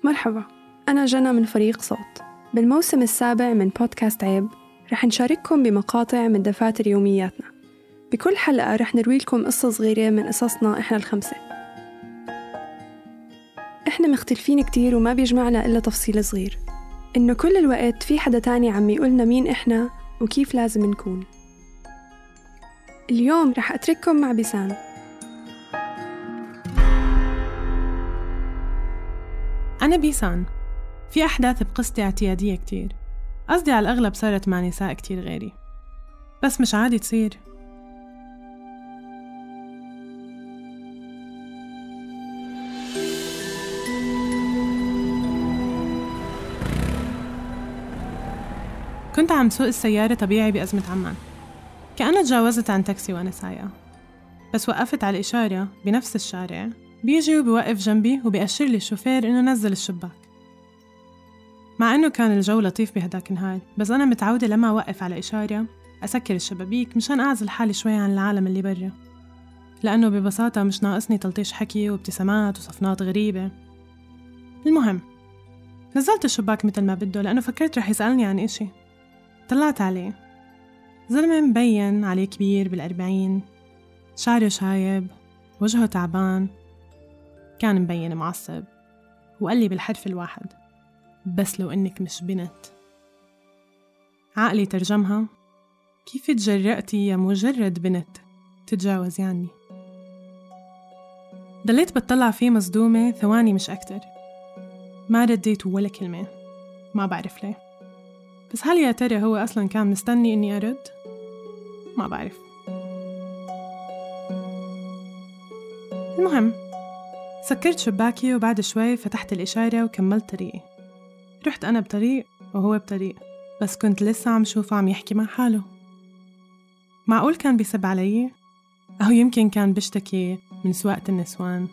مرحبا، أنا جنى من فريق صوت. بالموسم السابع من بودكاست عيب رح نشارككم بمقاطع من دفاتر يومياتنا. بكل حلقة رح نروي لكم قصة صغيرة من قصصنا إحنا الخمسة. إحنا مختلفين كتير وما بيجمعنا إلا تفصيل صغير، إنه كل الوقت في حدا تاني عم يقولنا مين إحنا وكيف لازم نكون. اليوم رح أترككم مع بيسان. أنا بيسان. في أحداث بقصتي اعتيادية كتير، قصدي على الأغلب صارت مع نساء كتير غيري، بس مش عادي تصير. كنت عم سوق السيارة طبيعي بأزمة عمان، كأنه تجاوزت عن تاكسي وأنا سايقة، بس وقفت على الإشارة بنفس الشارع، بيجي وبيوقف جنبي وبيأشر لي الشوفير إنه نزل الشباك. مع إنه كان الجو لطيف بهداك النهار، بس أنا متعودة لما أوقف على إشارة أسكر الشبابيك مشان أعزل حالي شوي عن العالم اللي برا، لأنه ببساطة مش ناقصني تلطيش حكي وابتسامات وصفنات غريبة. المهم نزلت الشباك مثل ما بده، لأنه فكرت رح يسألني عن إشي. طلعت عليه، زلمة مبين عليه كبير بال40، شعره شايب، وجهه تعبان، كان مبين معصب، وقال لي بالحرف الواحد: بس لو إنك مش بنت. عقلي ترجمها: كيف تجرأتي يا مجرد بنت تتجاوز عني؟ ضليت بتطلع فيه مصدومة ثواني مش أكتر، ما رديت ولا كلمة، ما بعرف ليه. بس هل يا ترى هو أصلاً كان مستني إني أرد؟ ما بعرف. المهم سكرت شباكي، وبعد شوي فتحت الإشارة وكملت طريقي. رحت أنا بطريق وهو بطريق، بس كنت لسه عم شوفه عم يحكي مع حاله. معقول كان بيسب علي؟ أو يمكن كان بيشتكي من سواقة النسوان؟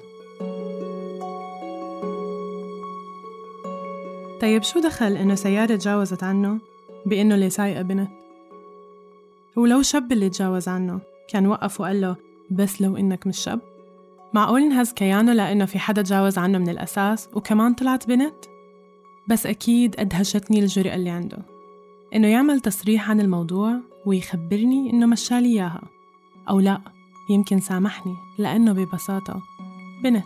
طيب شو دخل إنه سيارة تجاوزت عنه بإنه اللي سايقة بنت؟ ولو شاب اللي تجاوز عنه كان وقف وقال له: بس لو إنك مش شاب؟ معقول انهز كيانه لأنه في حدا تجاوز عنه من الأساس وكمان طلعت بنت؟ بس أكيد أدهشتني الجرأة اللي عنده إنه يعمل تصريح عن الموضوع ويخبرني إنه مشالي إياها، أو لا يمكن سامحني لأنه ببساطة بنت.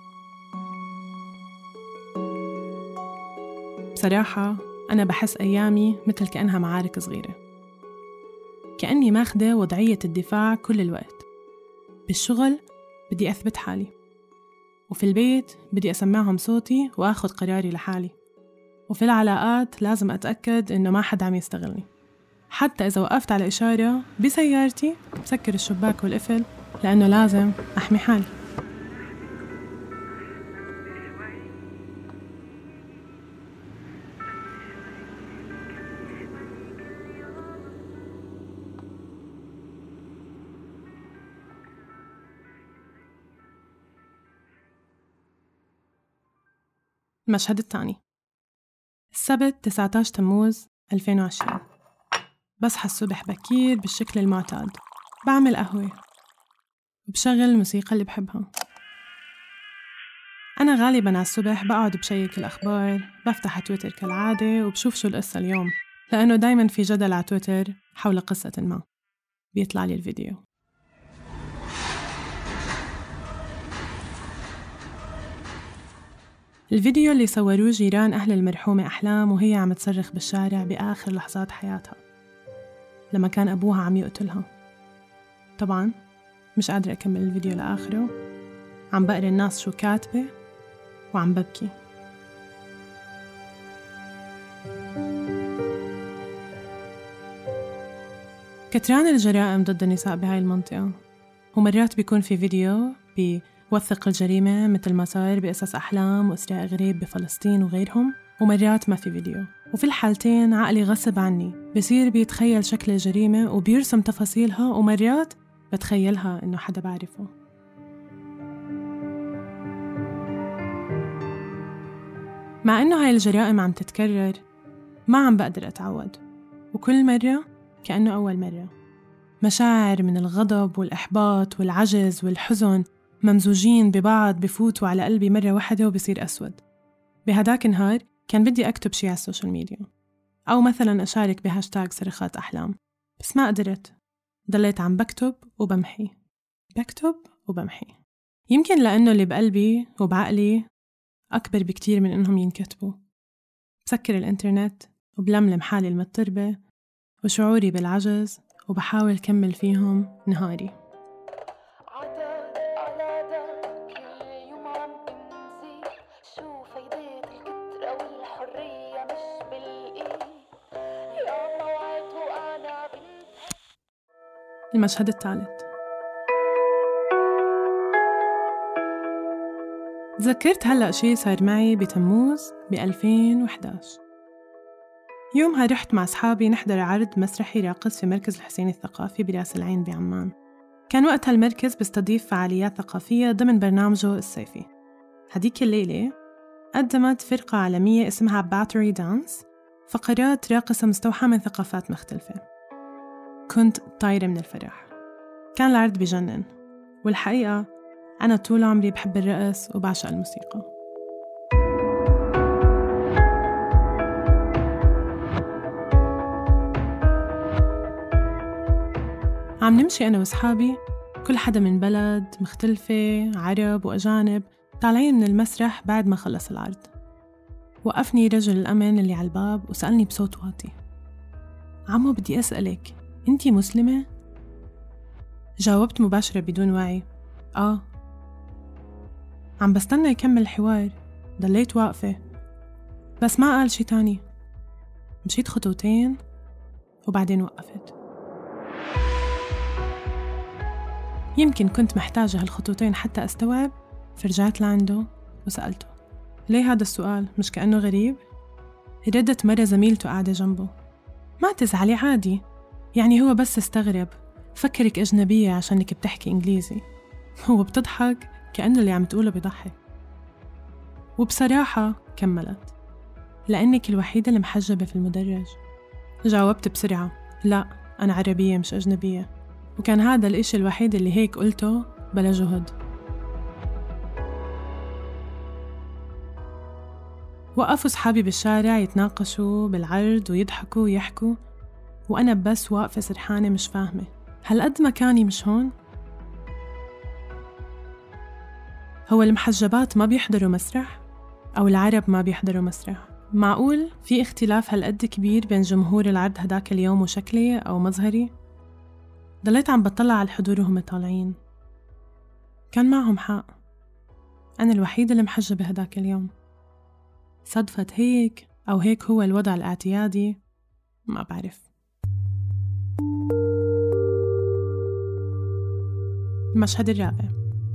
بصراحة أنا بحس أيامي مثل كأنها معارك صغيرة، كأني ماخدة وضعية الدفاع كل الوقت. بالشغل بدي أثبت حالي، وفي البيت بدي أسمعهم صوتي وأخذ قراري لحالي، وفي العلاقات لازم أتأكد إنه ما حد عم يستغلني. حتى إذا وقفت على إشارة بسيارتي بسكر الشباك والقفل، لأنه لازم أحمي حالي. المشهد الثاني، السبت 19 تموز 2020. بصحى الصبح بكير بالشكل المعتاد، بعمل قهوة وبشغل الموسيقى اللي بحبها. أنا غالباً على الصبح بقعد بشيك الأخبار، بفتح تويتر كالعادة وبشوف شو القصة اليوم، لأنه دايماً في جدل على تويتر حول قصة ما، بيطلع لي الفيديو. الفيديو اللي صوروه جيران أهل المرحومة أحلام وهي عم تصرخ بالشارع بآخر لحظات حياتها لما كان أبوها عم يقتلها. طبعاً مش قادرة أكمل الفيديو لآخره، عم بقرأ الناس شو كاتبة وعم ببكي. كتران الجرائم ضد النساء بهاي المنطقة، ومرات بيكون في فيديو بيوثق الجريمة مثل ما صار بقصص أحلام وإسراء غريب بفلسطين وغيرهم، ومرات ما في فيديو. وفي الحالتين عقلي غصب عني بصير بيتخيل شكل الجريمة وبيرسم تفاصيلها، ومرات بتخيلها إنه حدا بعرفه. مع إنه هاي الجرائم عم تتكرر ما عم بقدر أتعود، وكل مرة كأنه أول مرة. مشاعر من الغضب والإحباط والعجز والحزن ممزوجين ببعض بفوتوا على قلبي مرة واحدة وبصير أسود. بهداك النهار كان بدي أكتب شي على السوشيال ميديا، أو مثلاً أشارك بهاشتاغ صرخات أحلام، بس ما قدرت. ضليت عم بكتب وبمحي، بكتب وبمحي. يمكن لأنه اللي بقلبي وبعقلي أكبر بكتير من إنهم ينكتبوا. بسكر الإنترنت وبلملم حالي المضطربة وشعوري بالعجز وبحاول كمل فيهم نهاري. المشهد الثالث. تذكرت هلأ شي صار معي بتموز ب2011. يومها رحت مع أصحابي نحضر عرض مسرحي راقص في مركز الحسين الثقافي براس العين بعمان. كان وقتها المركز بيستضيف فعاليات ثقافية ضمن برنامجه الصيفي. هديك الليلة قدمت فرقة عالمية اسمها باتري دانس فقرات راقصة مستوحاة من ثقافات مختلفة. كنت طايرة من الفرح. كان العرض بجنن، والحقيقة أنا طول عمري بحب الرقص وبعشق الموسيقى. عم نمشي أنا وأصحابي، كل حدا من بلد مختلفة، عرب وأجانب، طالعين من المسرح بعد ما خلص العرض. وقفني رجل الأمن اللي على الباب وسألني بصوت واطي: عمو بدي أسألك، أنتي مسلمة؟ جاوبت مباشرة بدون وعي: عم بستنى يكمل الحوار، ضليت واقفة بس ما قال شي تاني. مشيت خطوتين وبعدين وقفت. يمكن كنت محتاجة هالخطوتين حتى أستوعب، فرجعت لعنده وسألته: ليه هذا السؤال؟ مش كأنه غريب؟ ردت مرة زميلته قاعدة جنبه: ما تزعلي عادي، يعني هو بس استغرب، فكرك أجنبية عشانك بتحكي إنجليزي. هو بتضحك كأنه اللي عم تقوله بيضحك. وبصراحة كملت: لأنك الوحيدة المحجبة في المدرج. جاوبت بسرعة: لا، أنا عربية مش أجنبية. وكان هذا الإشي الوحيد اللي هيك قلته بلا جهد. وقفوا صحابي بالشارع يتناقشوا بالعرض ويضحكوا ويحكوا، وأنا بس واقفة سرحانة مش فاهمة، هل قد مكاني مش هون؟ هو المحجبات ما بيحضروا مسرح؟ أو العرب ما بيحضروا مسرح؟ معقول في اختلاف هالقد كبير بين جمهور العرض هداك اليوم وشكلي أو مظهري؟ ضليت عم بطلع على الحضور وهم طالعين. كان معهم حق، أنا الوحيدة المحجبة هداك اليوم. صدفت هيك أو هيك هو الوضع الاعتيادي؟ ما بعرف. المشهد الرابع.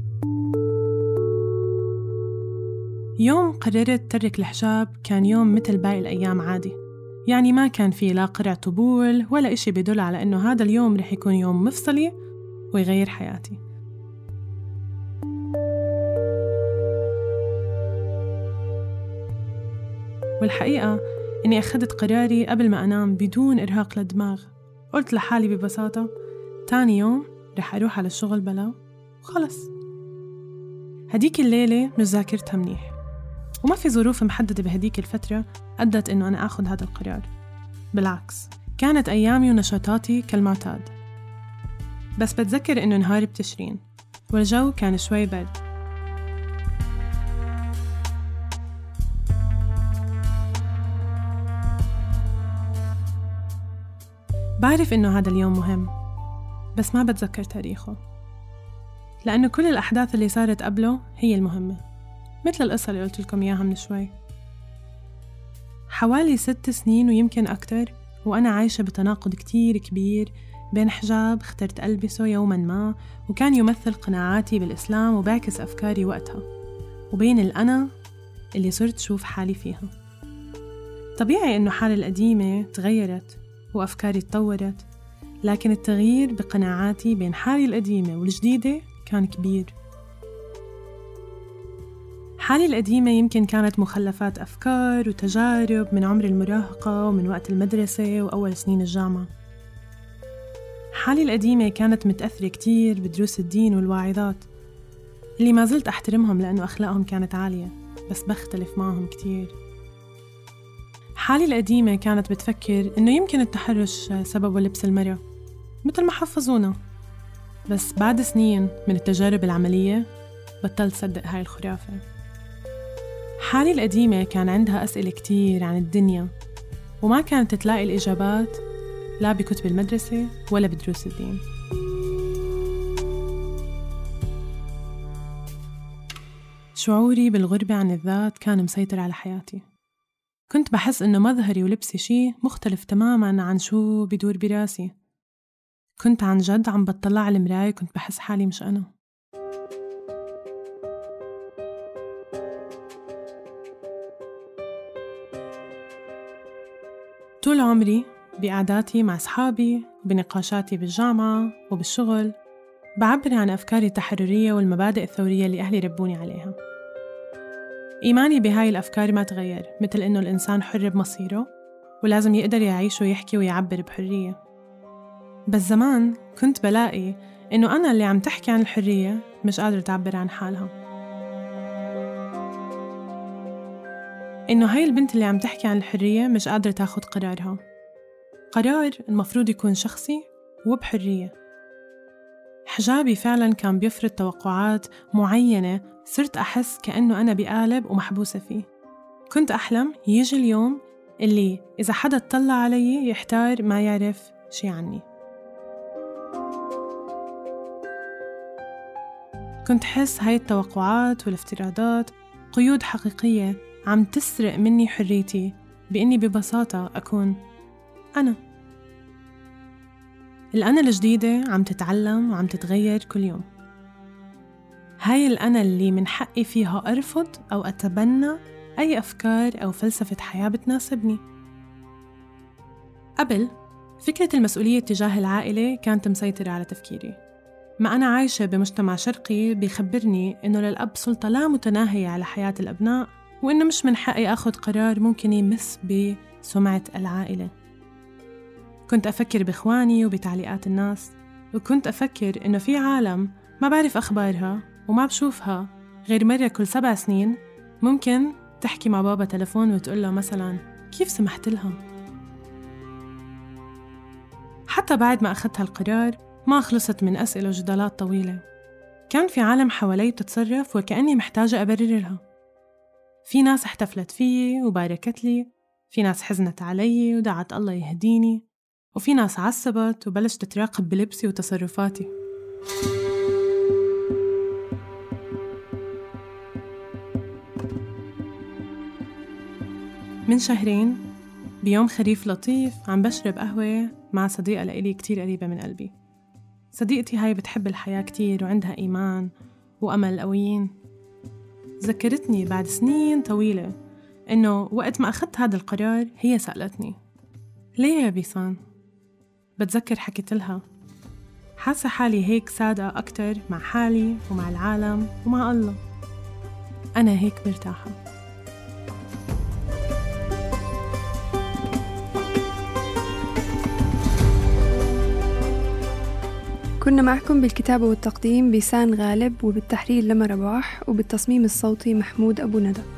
يوم قررت ترك الحجاب كان يوم مثل باقي الأيام عادي، يعني ما كان فيه لا قرع طبول ولا إشي بيدل على إنه هذا اليوم رح يكون يوم مفصلي ويغير حياتي. والحقيقة إني أخذت قراري قبل ما أنام بدون إرهاق للدماغ. قلت لحالي ببساطة: تاني يوم رح أروح على الشغل بلا وخلص. هديك الليلة مش ذاكرتها منيح، وما في ظروف محددة بهديك الفترة أدت إنه أنا أخذ هذا القرار. بالعكس، كانت أيامي ونشاطاتي كالمعتاد. بس بتذكر إنه نهار بتشرين والجو كان شوي برد. بعرف إنه هذا اليوم مهم، بس ما بتذكر تاريخه، لأنه كل الأحداث اللي صارت قبله هي المهمة، مثل القصة اللي قلت لكم إياها من شوي. حوالي 6 سنين ويمكن أكتر وأنا عايشة بتناقض كتير كبير بين حجاب اخترت ألبسه يوماً ما وكان يمثل قناعاتي بالإسلام وبعكس أفكاري وقتها، وبين الأنا اللي صرت شوف حالي فيها. طبيعي إنه حالي القديمة تغيرت وأفكاري تطورت، لكن التغيير بقناعاتي بين حالي القديمة والجديدة كان كبير. حالي القديمة يمكن كانت مخلفات أفكار وتجارب من عمر المراهقة ومن وقت المدرسة وأول سنين الجامعة. حالي القديمة كانت متأثرة كتير بدروس الدين والواعظات اللي ما زلت أحترمهم لأنه أخلاقهم كانت عالية، بس بختلف معهم كتير. حالي القديمة كانت بتفكر إنه يمكن التحرش سببه لبس المرأة مثل ما حفظونا، بس بعد سنين من التجارب العملية بطلت صدق هاي الخرافة. حالي القديمة كان عندها أسئلة كتير عن الدنيا وما كانت تلاقي الإجابات لا بكتب المدرسة ولا بدروس الدين. شعوري بالغربة عن الذات كان مسيطر على حياتي. كنت بحس إنه مظهري ولبسي شيء مختلف تماماً عن شو بدور براسي. كنت عن جد عم بطلع على المراية كنت بحس حالي مش أنا. طول عمري بقعداتي مع أصحابي وبنقاشاتي بالجامعة وبالشغل بعبر عن أفكاري التحررية والمبادئ الثورية اللي أهلي ربوني عليها. إيماني بهاي الأفكار ما تغير، مثل إنه الإنسان حر بمصيره ولازم يقدر يعيش ويحكي ويعبر بحرية. بس زمان كنت بلاقي إنه أنا اللي عم تحكي عن الحرية مش قادرة تعبر عن حالها، إنه هاي البنت اللي عم تحكي عن الحرية مش قادرة تاخد قرارها، قرار المفروض يكون شخصي وبحرية. حجابي فعلاً كان بيفرض توقعات معينة، صرت أحس كأنه أنا بقالب ومحبوسة فيه. كنت أحلم يجي اليوم اللي إذا حدا اطلع علي يحتار ما يعرف شي عني. كنت حس هاي التوقعات والافتراضات قيود حقيقية عم تسرق مني حريتي بإني ببساطة أكون أنا. الأنا الجديدة عم تتعلم وعم تتغير كل يوم. هاي الأنا اللي من حقي فيها أرفض أو أتبنى أي أفكار أو فلسفة حياة بتناسبني. قبل، فكرة المسؤولية تجاه العائلة كانت مسيطرة على تفكيري. ما أنا عايشة بمجتمع شرقي بيخبرني إنه للأب سلطة لا متناهية على حياة الأبناء، وإنه مش من حقي أخذ قرار ممكن يمس بسمعة العائلة. كنت أفكر بإخواني وبتعليقات الناس، وكنت أفكر إنه في عالم ما بعرف أخبارها وما بشوفها غير مرة كل 7 سنين، ممكن تحكي مع بابا تلفون وتقول له مثلاً كيف سمحت لها؟ حتى بعد ما أخذت هالقرار ما خلصت من أسئلة وجدالات طويلة. كان في عالم حوالي بتتصرف وكأني محتاجة أبررها. في ناس احتفلت فيي وباركت لي، في ناس حزنت علي ودعت الله يهديني، وفي ناس عصبت وبلشت تراقب بلبسي وتصرفاتي. من شهرين بيوم خريف لطيف عم بشرب قهوة مع صديقة لإلي كتير قريبة من قلبي. صديقتي هاي بتحب الحياة كتير وعندها إيمان وأمل قويين. ذكرتني بعد سنين طويلة إنه وقت ما أخذت هذا القرار هي سألتني ليه يا بيسان؟ بتذكر حكيت لها حاسة حالي هيك صادقة أكتر مع حالي ومع العالم ومع الله. أنا هيك مرتاحة. كنا معكم بالكتابة والتقديم بيسان غالب، وبالتحرير لما رباح، وبالتصميم الصوتي محمود أبو ندى.